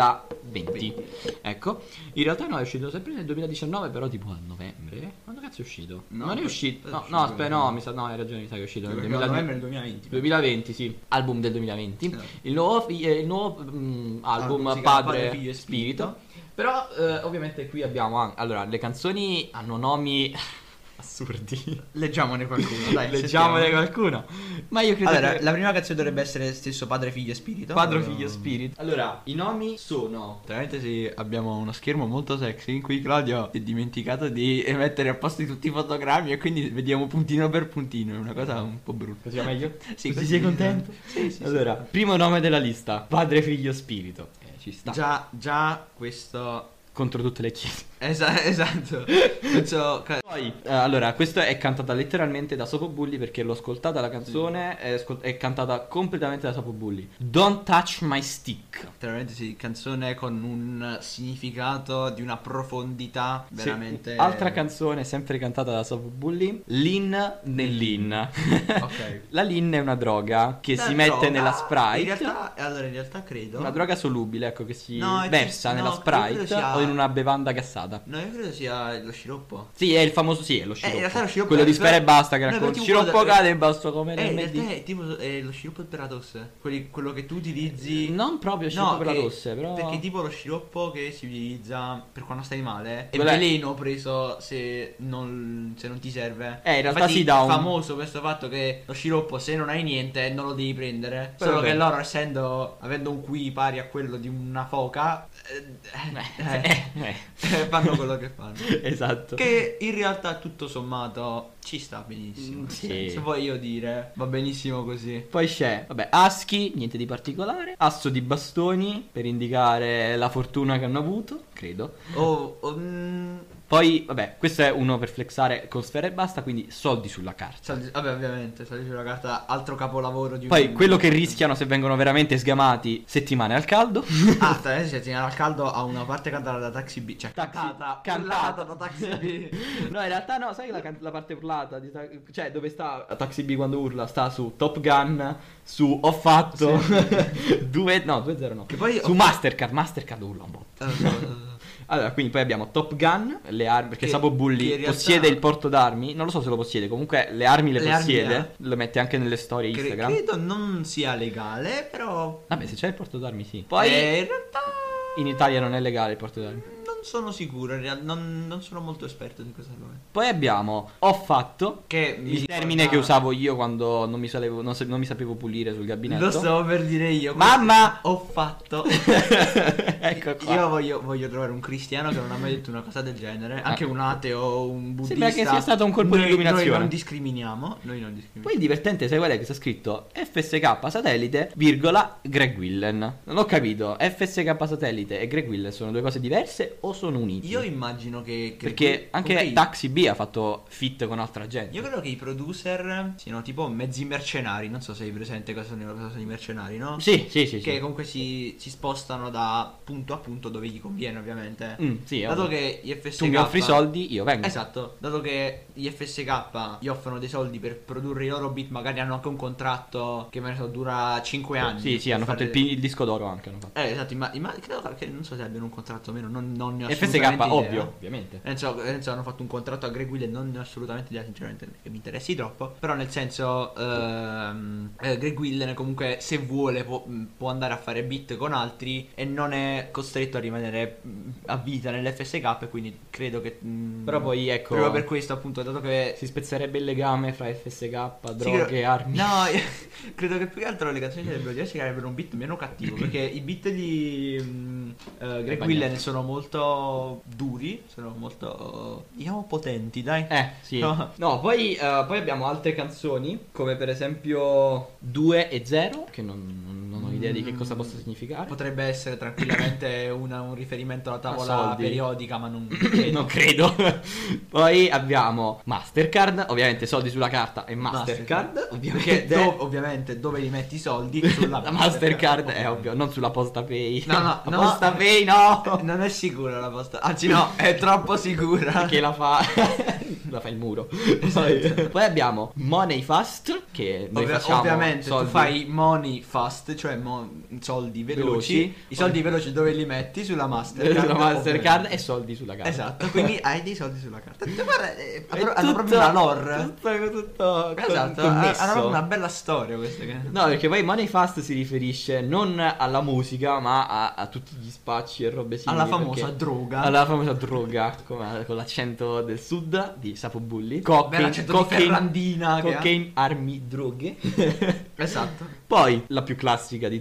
A: 2020. Ecco, in realtà no, è uscito sempre nel 2019, però tipo a novembre. Quando cazzo è uscito?
B: No,
A: non è uscito.
B: No,
A: aspetta, no, mi sa, no, hai ragione, mi sa che è uscito nel
B: novembre del 2020.
A: 2020, sì, album del 2020.
B: Esatto.
A: Il nuovo album Padre, Figlio e Spirito. Però ovviamente qui abbiamo allora, le canzoni hanno nomi assurdi.
B: Leggiamone qualcuno, dai.
A: Leggiamone qualcuno. Ma io credo
B: allora,
A: che
B: la prima canzone dovrebbe essere stesso Padre, Figlio e Spirito.
A: Padre, Figlio e Spirito. Allora, i nomi sono.
B: Tra parentesi, abbiamo uno schermo molto sexy in cui Claudio si è dimenticato di mettere a posto tutti i fotogrammi e quindi vediamo puntino per puntino. È una cosa un po' brutta.
A: Così va meglio?
B: Sì,
A: così sei contento?
B: Sì.
A: Allora, primo nome della lista: Padre, Figlio, Spirito. Ci sta.
B: Già questo
A: contro tutte le chiese.
B: Esatto. Penso
A: Poi, allora, questa è cantata letteralmente da Sopo Bulli perché l'ho ascoltata la canzone, è cantata completamente da Sopo Bulli. Don't touch my stick.
B: letteralmente sì, canzone con un significato di una profondità veramente.
A: Sì. Altra canzone sempre cantata da Sopo Bulli, Lean nell'In.
B: Ok.
A: La Lean è una droga che
B: La
A: si mette
B: droga,
A: nella Sprite.
B: In realtà credo.
A: Una droga solubile, ecco, che si
B: No,
A: versa nella
B: no, credo
A: Sprite
B: sia-
A: o in una bevanda gassata.
B: No, io credo sia lo sciroppo.
A: Sì, è il famoso, sì, è lo sciroppo.
B: in realtà lo sciroppo
A: Quello
B: è-
A: di Sfera e Basta che
B: no,
A: racconta.
B: tipo
A: Sciroppo
B: quello da-
A: cade e basta come
B: in
A: l'MD.
B: realtà è tipo lo sciroppo per la tosse. Quello che tu utilizzi.
A: Non proprio sciroppo per la tosse, però.
B: Perché tipo lo sciroppo che si utilizza per quando stai male è
A: Quella-
B: veleno preso se non ti serve.
A: In realtà
B: Infatti
A: si dà
B: è
A: un.
B: famoso questo fatto che lo sciroppo se non hai niente non lo devi prendere.
A: Però
B: Solo che
A: vabbè.
B: loro avendo un QI pari a quello di una foca fanno quello che fanno.
A: Esatto.
B: Che in realtà tutto sommato ci sta benissimo.
A: Sì.
B: Se voglio dire, va benissimo così.
A: Poi c'è, vabbè, aschi, niente di particolare. Asso di bastoni per indicare la fortuna che hanno avuto, credo. Poi, vabbè, questo è uno per flexare con Sfera e Basta, quindi soldi sulla carta.
B: Vabbè, ovviamente, soldi sulla carta, altro capolavoro di
A: Poi quello che rischiano se vengono veramente sgamati, settimane al caldo.
B: Ah, si tiene al caldo a una parte cantata da Taxi B. Cioè,
A: Cantata
B: da Taxi B.
A: No, in realtà no, sai la parte urlata cioè dove sta Taxi B quando urla? Sta su Top Gun, su Ho fatto 2-0 no.
B: Che poi
A: su Mastercard urla un botto. Allora, quindi poi abbiamo Top Gun, le armi, perché
B: Che-
A: Sabo
B: che
A: Bulli
B: in realtà-
A: possiede il porto d'armi, non lo so se lo possiede, comunque le armi le
B: Le armi
A: possiede,
B: le ha.
A: lo mette anche nelle storie Instagram.
B: Credo non sia legale, però
A: Vabbè, se c'è il porto d'armi sì. Poi
B: in realtà
A: in Italia non è legale il porto d'armi.
B: non sono sicuro, non sono molto esperto di questo argomento.
A: Poi abbiamo Ho fatto,
B: Che
A: il termine che usavo io quando non mi sapevo pulire sul gabinetto.
B: Lo stavo per dire io.
A: Mamma!
B: Ho fatto.
A: Ecco qua.
B: Io voglio trovare un cristiano che non ha mai detto una cosa del genere. Anche un ateo, un buddista.
A: Sembra che sia stato un colpo di illuminazione.
B: Noi non discriminiamo.
A: Poi il divertente, sai qual è che sta scritto? FSK satellite, virgola, Greg Willen. Non ho capito, FSK satellite e Greg Willen sono due cose diverse o sono uniti?
B: Io immagino che
A: Perché anche
B: comunque
A: Taxi B ha fatto fit con altra gente.
B: io credo che i producer siano tipo mezzi mercenari. Non so se hai presente cosa sono i mercenari, no?
A: Sì.
B: Che comunque si spostano da punto a punto dove gli conviene, ovviamente.
A: Sì,
B: Dato
A: ovvio.
B: che gli FSK
A: Tu mi offri soldi, io vengo.
B: Esatto, dato che gli FSK gli offrono dei soldi per produrre i loro beat, magari hanno anche un contratto che ne so, dura 5 anni.
A: Sì, hanno
B: per
A: fatto
B: fare-
A: il disco d'oro anche. Hanno fatto.
B: Esatto, credo che non so se abbiano un contratto o meno, non ne ho
A: FSK,
B: assolutamente idea.
A: ovvio, ovviamente.
B: Nel senso, hanno fatto un contratto a Greg Will e non ne ho assolutamente idea, sinceramente, che mi interessi troppo. Però nel senso, Greg Willen comunque se vuole può andare a fare beat con altri e non è costretto a rimanere a vita nell'FSK, quindi credo che
A: Però poi ecco,
B: proprio per questo appunto, dato che
A: si spezzerebbe il legame fra FSK,
B: sì,
A: droghe, armi.
B: no, io credo che più che altro le canzoni sarebbero diverse, che avrebbero un beat meno cattivo, perché i beat di Greg
A: Bagnato.
B: Willen sono molto duri, sono molto diciamo potenti, dai.
A: Sì.
B: No.
A: No, poi abbiamo altre canzoni, come per esempio 2 e 0, che non ho idea di che cosa possa significare.
B: Potrebbe essere tranquillamente un riferimento alla tavola
A: soldi.
B: periodica, ma non
A: Non credo. Poi abbiamo Mastercard, ovviamente soldi sulla carta e Mastercard,
B: Perché
A: ovviamente.
B: ovviamente dove li metti i soldi? Sulla
A: La Mastercard è ovvio, non sulla Posta Pay.
B: No,
A: la
B: no,
A: Posta Pay no.
B: Non è sicura la posta. Anzi no, è troppo sicura.
A: Che la fa la fa il muro. Poi abbiamo Money Fast, che noi facciamo
B: Ovviamente
A: soldi.
B: tu fai money fast, cioè soldi veloci.
A: Veloci.
B: I soldi veloci dove li metti? Sulla Mastercard.
A: sulla Mastercard
B: ovviamente.
A: e soldi sulla carta.
B: Esatto, quindi hai dei soldi sulla carta. Guarda,
A: È
B: hanno proprio una lore.
A: tutto
B: Esatto,
A: connesso.
B: hanno proprio una bella storia questa che...
A: No, perché poi Money Fast si riferisce non alla musica, ma a tutti gli spacci e robe simili.
B: Alla famosa
A: perché-
B: droga.
A: Alla famosa droga, con l'accento del sud di Sapo Bulli.
B: Beh, l'accento di Ferrandina che ha.
A: cocaine, armi, droghe.
B: Esatto.
A: Poi la più classica di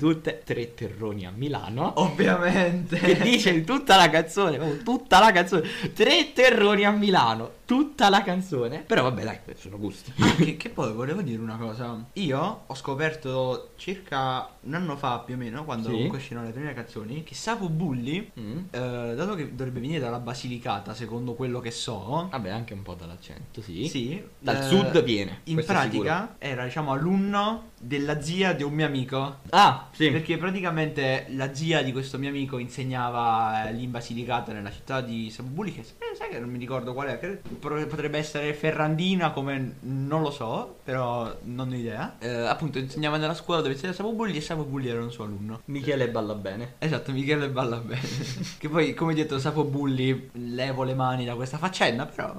A: tutte, Tre terroni a Milano.
B: Ovviamente.
A: Che dice tutta la canzone, proprio tutta la canzone, Tre terroni a Milano, tutta la canzone. Però vabbè dai, sono gusti.
B: Che poi volevo dire una cosa. Io ho scoperto circa un anno fa più o meno, quando
A: Sì.
B: comunque uscirono le prime canzoni, che Sapo Bulli,
A: Mm.
B: dato che dovrebbe venire dalla Basilicata, secondo quello che so,
A: Vabbè, anche un po' dall'accento, sì.
B: sì,
A: Dal sud viene.
B: in
A: questo è
B: pratica era, diciamo, alunno della zia di un mio amico.
A: sicuro. Ah, sì.
B: Perché praticamente la zia di questo mio amico insegnava lì in Basilicata, nella città di Sapo Bulli, che sai che non mi ricordo qual è, potrebbe essere Ferrandina, come non lo so, però non ho idea. Appunto insegnava nella scuola dove c'era Sapo Bulli, e Sapo Bulli era un suo alunno.
A: Michele balla bene.
B: Esatto, Michele balla bene. Che poi, come detto, Sapo Bulli, levo le mani da questa faccenda, però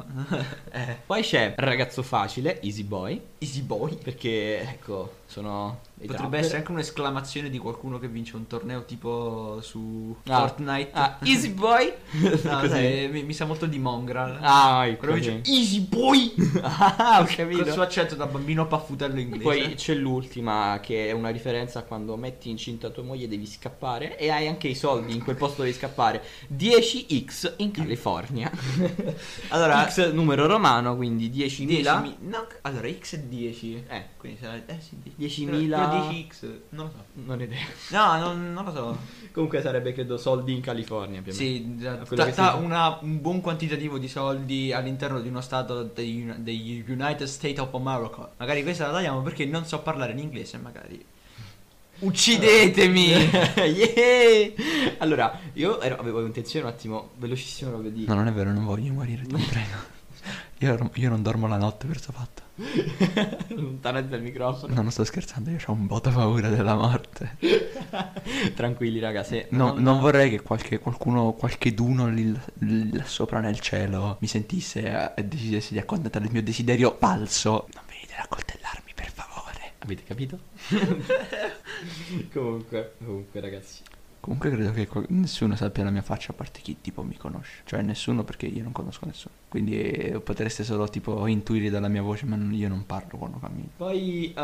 A: Poi c'è Ragazzo Facile, Easy Boy.
B: Easy Boy.
A: Perché, ecco, sono dei
B: Potrebbe
A: trapper.
B: essere anche un'esclamazione di qualcuno che vince un torneo tipo su
A: Ah.
B: Fortnite.
A: Ah, Easy Boy.
B: No,
A: Così.
B: sai, mi sa molto di Mongrel.
A: Ah, ecco.
B: Quello che dice Easy Boy.
A: Ah, ho
B: Col
A: capito.
B: suo accento da bambino paffutello inglese.
A: Poi c'è l'ultima che è una riferenza a quando metti incinta tua moglie devi scappare e hai anche i soldi in quel posto devi scappare. 10x in California.
B: allora
A: X numero romano, quindi 10.000.
B: no, allora X è 10. Quindi sarà sì,
A: 10.000.
B: però 10X, non lo so.
A: Non ho idea.
B: No, non lo so.
A: Comunque sarebbe credo soldi in California più o meno.
B: Sì,
A: quello che si-
B: un buon quantitativo di soldi all'interno di uno stato degli United States of America. Magari questa la tagliamo perché non so parlare in inglese, magari. Uccidetemi!
A: Yeah! Allora, io avevo intenzione un attimo, velocissimo proprio di...
B: No, non è vero, non voglio morire, ti prego. Io non dormo la notte per questo fatto.
A: Lontanati dal microfono.
B: No, non sto scherzando, io ho un botto paura della morte.
A: Tranquilli raga, se...
B: No, non vorrei che qualcheduno lì là sopra nel cielo mi sentisse e decidesse di accontentare il mio desiderio falso. Non venite ad accoltellarmi, per favore.
A: Avete capito? Comunque ragazzi.
B: Comunque credo che nessuno sappia la mia faccia a parte chi tipo mi conosce. Cioè nessuno, perché io non conosco nessuno. Quindi potreste solo tipo intuire dalla mia voce, ma io non parlo quando cammino.
A: Poi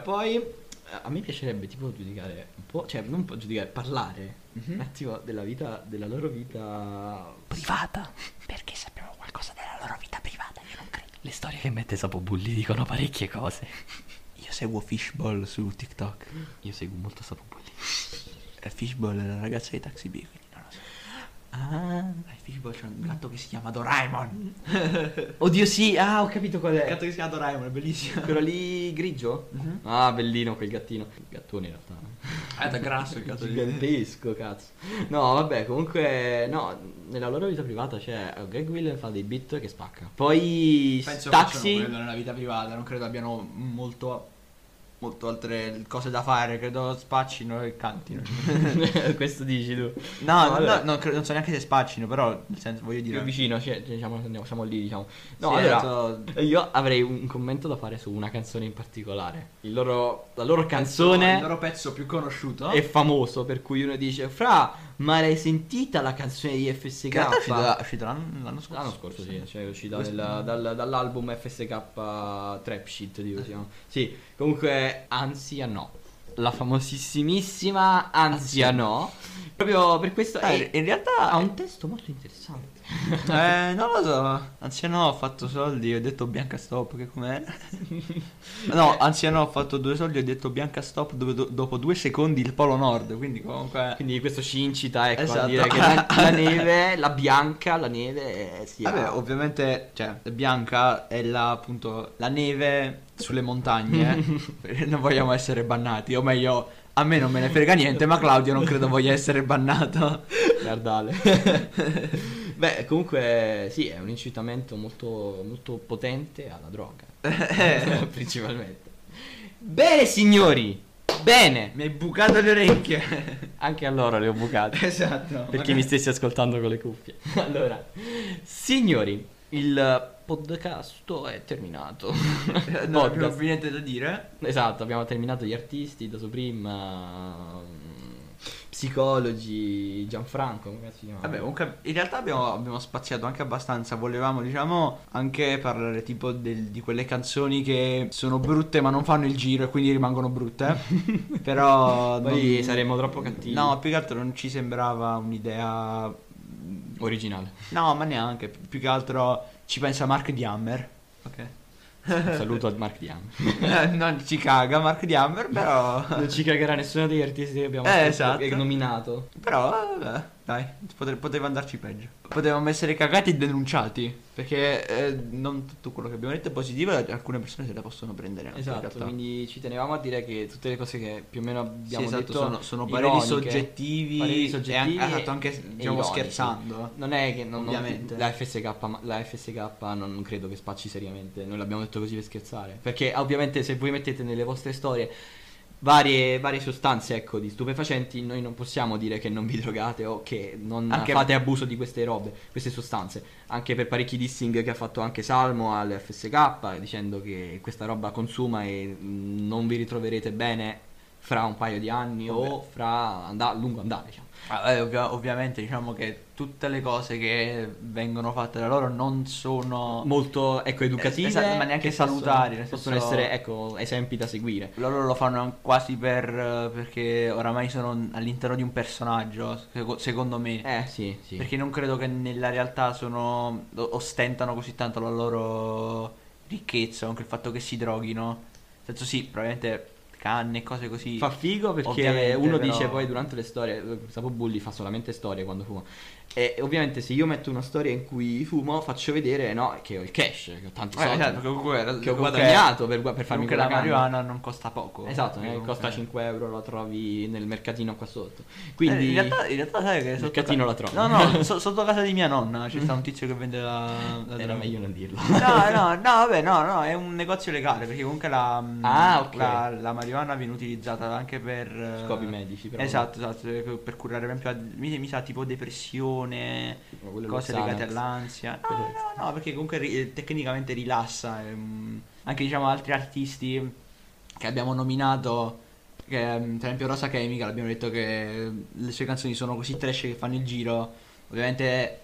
A: a me piacerebbe tipo giudicare un po', cioè non un po' giudicare, parlare un attimo della vita, della loro vita
B: Privata? Perché sappiamo qualcosa della loro vita privata? Io non credo.
A: Le storie che mette Sapo Bulli dicono parecchie cose.
B: Io seguo Fishball su TikTok.
A: Io seguo molto Sapo Bulli.
B: Fishball è la ragazza di Taxi B, quindi non lo so.
A: Ah,
B: Fishball c'è un gatto che si chiama Doraemon.
A: oddio sì, ho capito qual
B: Il
A: è.
B: gatto che si chiama Doraemon, è bellissimo.
A: Quello lì grigio?
B: Mhm.
A: Ah, bellino quel gattino. Il gattone in realtà.
B: È da grasso il gatto di
A: Gigantesco, cazzo. No, vabbè, comunque, no, nella loro vita privata c'è Greg Will fa dei beat che spacca. Poi
B: Penso
A: Taxi.
B: facciano quello nella vita privata, non credo abbiano molto altre cose da fare, credo spaccino e cantino.
A: Questo dici tu.
B: No,
A: allora,
B: non so neanche se spaccino, però nel senso voglio dire.
A: più vicino, cioè, siamo lì, diciamo. No,
B: Sì,
A: allora,
B: esatto.
A: io avrei un commento da fare su una canzone in particolare. La loro canzone
B: il loro pezzo più conosciuto
A: è famoso, per cui uno dice, Fra, ma l'hai sentita la canzone di FSK?
B: che è uscito l'anno scorso.
A: L'anno scorso sì, cioè è uscita
B: Questo-
A: dall'album FSK Trap Shit, dico, si chiama. Sì, comunque Ansia no. La famosissimissima Ansia no. Proprio per questo
B: in realtà
A: ha un testo molto interessante.
B: non lo so. Anzi no, ho fatto soldi, ho detto Bianca stop, che com'è? No, anzi no, ho fatto 2 soldi e ho detto Bianca stop dopo 2 secondi il Polo Nord, quindi comunque.
A: Quindi questo ci incita, ecco, a
B: Esatto.
A: dire che la neve, la bianca, la neve sia...
B: Vabbè, ovviamente, cioè, bianca è appunto la neve sulle montagne. Non vogliamo essere bannati, o meglio, a me non me ne frega niente, ma Claudio non credo voglia essere bannato.
A: Guardale. Beh, comunque sì, è un incitamento molto, molto potente alla droga. Principalmente. Bene, signori. Bene.
B: Mi hai bucato le orecchie.
A: Anche a loro le ho bucate.
B: Esatto.
A: Per chi mi stessi ascoltando con le cuffie. Allora, signori, il podcast è terminato.
B: Non abbiamo più niente da dire.
A: Esatto, abbiamo terminato gli artisti da Supreme. psicologi, Gianfranco, come si chiama?
B: Vabbè, comunque in realtà abbiamo spaziato anche abbastanza. Volevamo, diciamo, anche parlare tipo di quelle canzoni che sono brutte ma non fanno il giro e quindi rimangono brutte. Però
A: Poi saremmo troppo cattivi.
B: No, più che altro non ci sembrava un'idea
A: Originale.
B: No, ma neanche. Più che altro ci pensa Mark Diammer. Ok.
A: Un saluto a Mark Diam.
B: Non ci caga Mark Diammer, però.
A: Non ci cagherà nessuno degli artisti che abbiamo
B: Esatto.
A: nominato.
B: Però, vabbè, dai, poteva andarci peggio. Potevamo essere cagati e denunciati. Perché non tutto quello che abbiamo detto è positivo e alcune persone se la possono prendere anche, in
A: Esatto,
B: realtà.
A: quindi ci tenevamo a dire che tutte le cose che più o meno abbiamo
B: Sì, esatto,
A: detto
B: sono pareri
A: ironiche,
B: soggettivi.
A: pareri soggettivi
B: e esatto, anche
A: e
B: diciamo
A: ironici.
B: scherzando.
A: Non è che
B: Ovviamente.
A: la FSK non credo che spacci seriamente. Noi l'abbiamo detto così per scherzare. Perché ovviamente se voi mettete nelle vostre storie varie sostanze, ecco, di stupefacenti, noi non possiamo dire che non vi drogate o che non
B: Anche-
A: fate abuso di queste robe, queste sostanze. Anche per parecchi dissing che ha fatto anche Salmo al FSK, dicendo che questa roba consuma e non vi ritroverete bene fra un paio di anni o fra a lungo andare, diciamo.
B: Ovviamente diciamo che tutte le cose che vengono fatte da loro non sono
A: Molto, ecco, educative,
B: esatto, ma neanche
A: che possono-
B: salutari, nel
A: possono
B: senso-
A: essere, ecco, esempi da seguire.
B: loro lo fanno quasi perché oramai sono all'interno di un personaggio, secondo me.
A: Sì, sì.
B: Perché non credo che nella realtà ostentano così tanto la loro ricchezza, anche il fatto che si droghino. Nel senso sì, probabilmente canne e cose così.
A: Fa figo perché
B: Ovviamente,
A: uno
B: però-
A: dice poi durante le storie, Sapo Bulli fa solamente storie quando fuma. E ovviamente se io metto una storia in cui fumo, faccio vedere, no, che ho il cash, che ho tanti soldi,
B: esatto, che comunque
A: che ho guadagnato per farmi
B: comunque
A: quella
B: la
A: canna.
B: marijuana non costa poco.
A: Esatto,
B: Perché
A: costa
B: comunque-
A: 5 euro, la trovi nel mercatino qua sotto. Quindi
B: in realtà sai che sotto
A: mercatino la trovi.
B: No, no, sotto casa di mia nonna c'è sta un tizio che vende la
A: era
B: droga.
A: meglio non dirlo.
B: No, vabbè, no, è un negozio legale perché comunque
A: Ok.
B: la marijuana viene utilizzata anche per
A: Scopi medici, però.
B: Esatto, per curare per esempio mi sa tipo depressione,
A: Quello è lo
B: cose legate
A: Xanax.
B: all'ansia.
A: Quello è
B: No, perché comunque tecnicamente rilassa. Anche diciamo altri artisti che abbiamo nominato, che per esempio Rosa Chemical, abbiamo detto che le sue canzoni sono così trash che fanno il giro. Ovviamente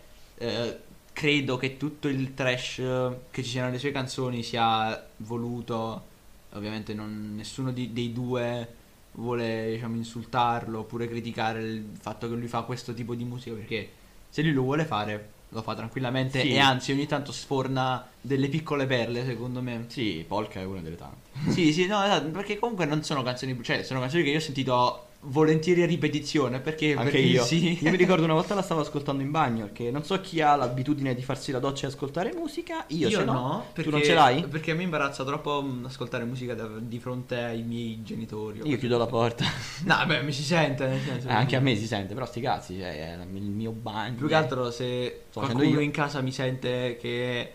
B: credo che tutto il trash che ci sia nelle sue canzoni sia voluto. Ovviamente nessuno dei due vuole diciamo insultarlo oppure criticare il fatto che lui fa questo tipo di musica, perché se lui lo vuole fare lo fa tranquillamente
A: Sì.
B: e anzi ogni tanto sforna delle piccole perle, secondo me.
A: Sì, Polka è una delle tante.
B: Sì, no, esatto, perché comunque non sono canzoni, cioè sono canzoni che io ho sentito volentieri a ripetizione, perché
A: Anche
B: perché
A: io.
B: sì.
A: Io mi ricordo una volta la stavo ascoltando in bagno, perché non so chi ha l'abitudine di farsi la doccia e ascoltare musica. Io ce l'ho.
B: perché,
A: Tu non ce l'hai?
B: Perché a me imbarazza troppo ascoltare musica di fronte ai miei genitori.
A: Io chiudo la porta.
B: No, beh, mi si sente, nel senso.
A: Anche a me si sente, però sti cazzi, cioè, è il mio bagno.
B: Più che altro se
A: Sto facendo
B: qualcuno
A: io.
B: in casa mi sente che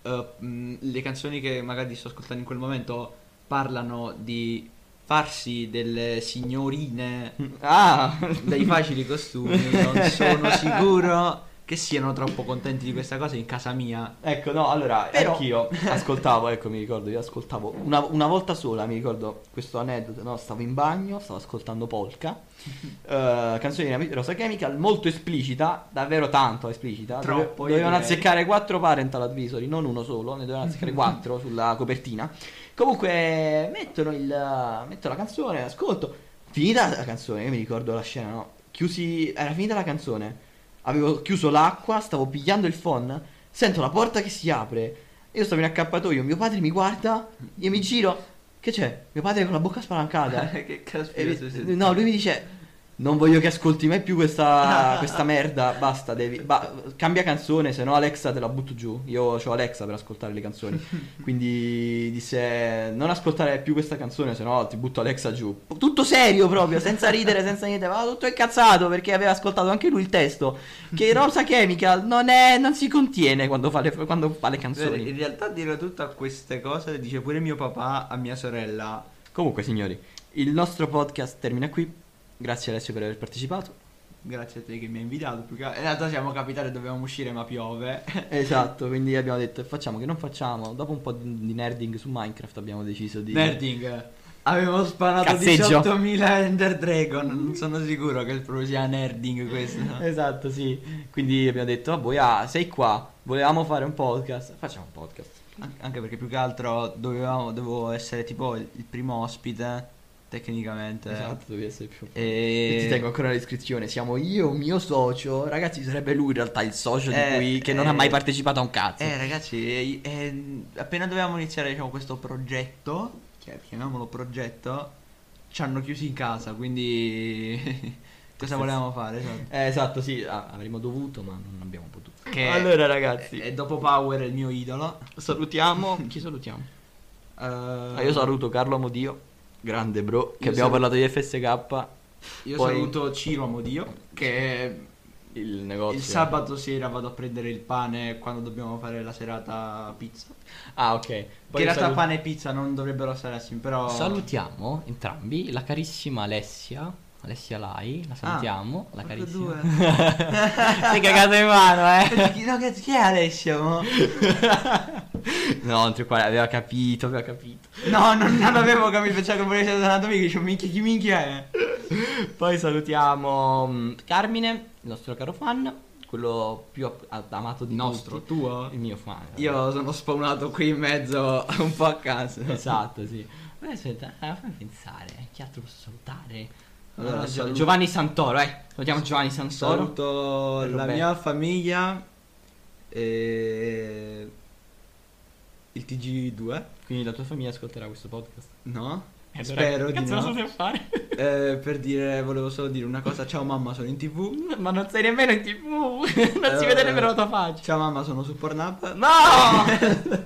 B: le canzoni che magari sto ascoltando in quel momento parlano di farsi delle signorine
A: Ah!
B: dai facili costumi, non sono sicuro che siano troppo contenti di questa cosa in casa mia.
A: Ecco, no, allora,
B: Però-
A: anch'io ascoltavo, ecco, mi ricordo, io ascoltavo una volta sola, mi ricordo questo aneddoto, no? Stavo in bagno, stavo ascoltando Polka, canzone di Rosa Chemical, molto esplicita, davvero tanto esplicita.
B: Troppo, io
A: Dovevano
B: direi.
A: azzeccare 4 parental advisory, non uno solo, ne dovevano azzeccare 4 sulla copertina. Comunque, metto la canzone, ascolto, finita la canzone, io mi ricordo la scena, no? Era finita la canzone. Avevo chiuso l'acqua, stavo pigliando il phon, sento la porta che si apre. Io stavo in accappatoio, mio padre mi guarda, io mi giro, che c'è? Mio padre con la bocca spalancata.
B: Che caspita,
A: No, lui mi dice: non voglio che ascolti mai più questa merda, basta, cambia canzone, se no Alexa te la butto giù. Io ho Alexa per ascoltare le canzoni. Quindi disse: non ascoltare più questa canzone, se no ti butto Alexa giù. Tutto serio proprio, senza ridere, senza niente, ma tutto incazzato perché aveva ascoltato anche lui il testo. Che Rosa Chemical non si contiene quando fa le canzoni.
B: In realtà dire tutte queste cose le dice pure mio papà a mia sorella.
A: Comunque, signori, il nostro podcast termina qui. Grazie Alessio per aver partecipato.
B: Grazie a te che mi hai invitato. In realtà siamo capitati e dovevamo uscire ma piove.
A: Esatto, quindi abbiamo detto facciamo che non facciamo. Dopo un po' di nerding su Minecraft abbiamo deciso di
B: Nerding. Avevo sparato
A: Cazzeggio.
B: 18.000 Ender Dragon. Non sono sicuro che proprio sia nerding questo.
A: Esatto, sì. Quindi abbiamo detto, boh, sei qua, volevamo fare un podcast, facciamo un podcast.
B: Anche perché più che altro dovevo essere tipo il primo ospite. Tecnicamente.
A: Esatto, devi essere più.
B: E
A: Ti tengo ancora la descrizione. Siamo io, un mio socio. Ragazzi, sarebbe lui in realtà il socio di cui che non ha mai partecipato a un cazzo.
B: Ragazzi, appena dovevamo iniziare, diciamo, questo progetto, chiamiamolo progetto, ci hanno chiusi in casa, quindi cosa volevamo fare? Esatto.
A: Esatto, sì, avremmo dovuto, ma non abbiamo potuto.
B: Allora,
A: ragazzi,
B: e dopo Power è il mio idolo.
A: salutiamo. Chi salutiamo?
B: Eh,
A: Io saluto Carlo Amodio, grande bro, che
B: Io
A: abbiamo
B: saluto-
A: parlato di FSK.
B: Io
A: Poi-
B: saluto Ciro Amodio, che
A: Il negozio.
B: il sabato sera vado a prendere il pane quando dobbiamo fare la serata pizza.
A: Ah, ok.
B: Che in
A: Poi
B: realtà pane e pizza non dovrebbero stare assieme, però...
A: salutiamo entrambi la carissima Alessia Lai, la salutiamo, la
B: proprio
A: carissima.
B: due.
A: Sei cagato in mano,
B: No, chi è Alessia? Mo?
A: No, oltre qua aveva capito.
B: No, non avevo capito, pensavo che volevi essere andato amico, dicevo, minchia, chi minchia è?
A: Poi salutiamo Carmine, il nostro caro fan, quello più amato di
B: Nostro,
A: tutti.
B: tuo?
A: Il mio fan.
B: Io sono spawnato qui in mezzo un po' a caso.
A: Esatto, sì. Aspetta, fammi pensare, chi altro posso salutare?
B: Allora,
A: Giovanni Santoro, salutiamo Giovanni Santoro.
B: Saluto la
A: Roberto.
B: mia famiglia e il TG2,
A: Quindi la tua famiglia ascolterà questo podcast.
B: no?
A: Allora,
B: Spero
A: che
B: di
A: cazzo lo
B: no.
A: so fare?
B: Per dire, volevo solo dire una cosa, ciao mamma, sono in TV.
A: Ma non sei nemmeno in TV, non si vede nemmeno la tua faccia.
B: Ciao mamma, sono su Pornhub.
A: No!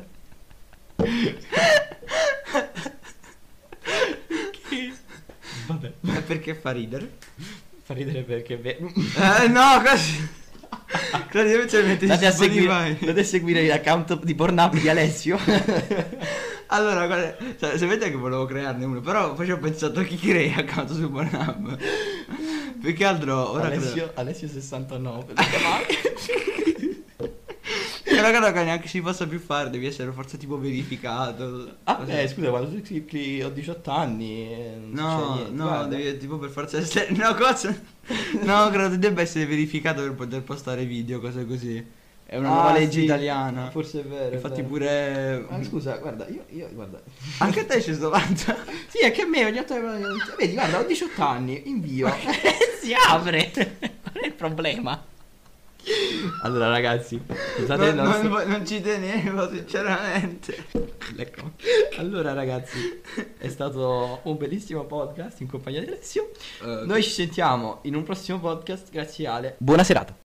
A: Vabbè,
B: Perché fa ridere?
A: fa ridere perché
B: No, così. Claudio invece metti
A: andate a
B: su Spotify.
A: seguire, andate a seguire l'account di Pornhub di Alessio.
B: Allora, guarda, cioè, sapete che volevo crearne uno, però poi ci ho pensato chi crea account su Pornhub. Più che altro ora
A: Alessio 69.
B: Però credo che neanche si possa più fare, devi essere forse tipo verificato. Così.
A: Scusa, quando tu clicchi ho 18 anni non
B: No,
A: succede niente,
B: no,
A: guarda.
B: devi tipo per forza essere. No, cosa? No, credo debba essere verificato per poter postare video, cose così. È una nuova legge
A: sì,
B: italiana.
A: Forse è vero.
B: Infatti
A: è vero.
B: pure.
A: Scusa, guarda, io guarda.
B: Anche a te c'è sto vanto.
A: Sì, anche a me ogni volta vedi, guarda, ho 18 anni, invio. Si apre. Qual è il problema? Allora ragazzi, scusate
B: Non ci tenevo, sinceramente.
A: Ecco. Allora ragazzi, è stato un bellissimo podcast in compagnia di Alessio. Noi ci sentiamo in un prossimo podcast, grazie Ale. Buona serata.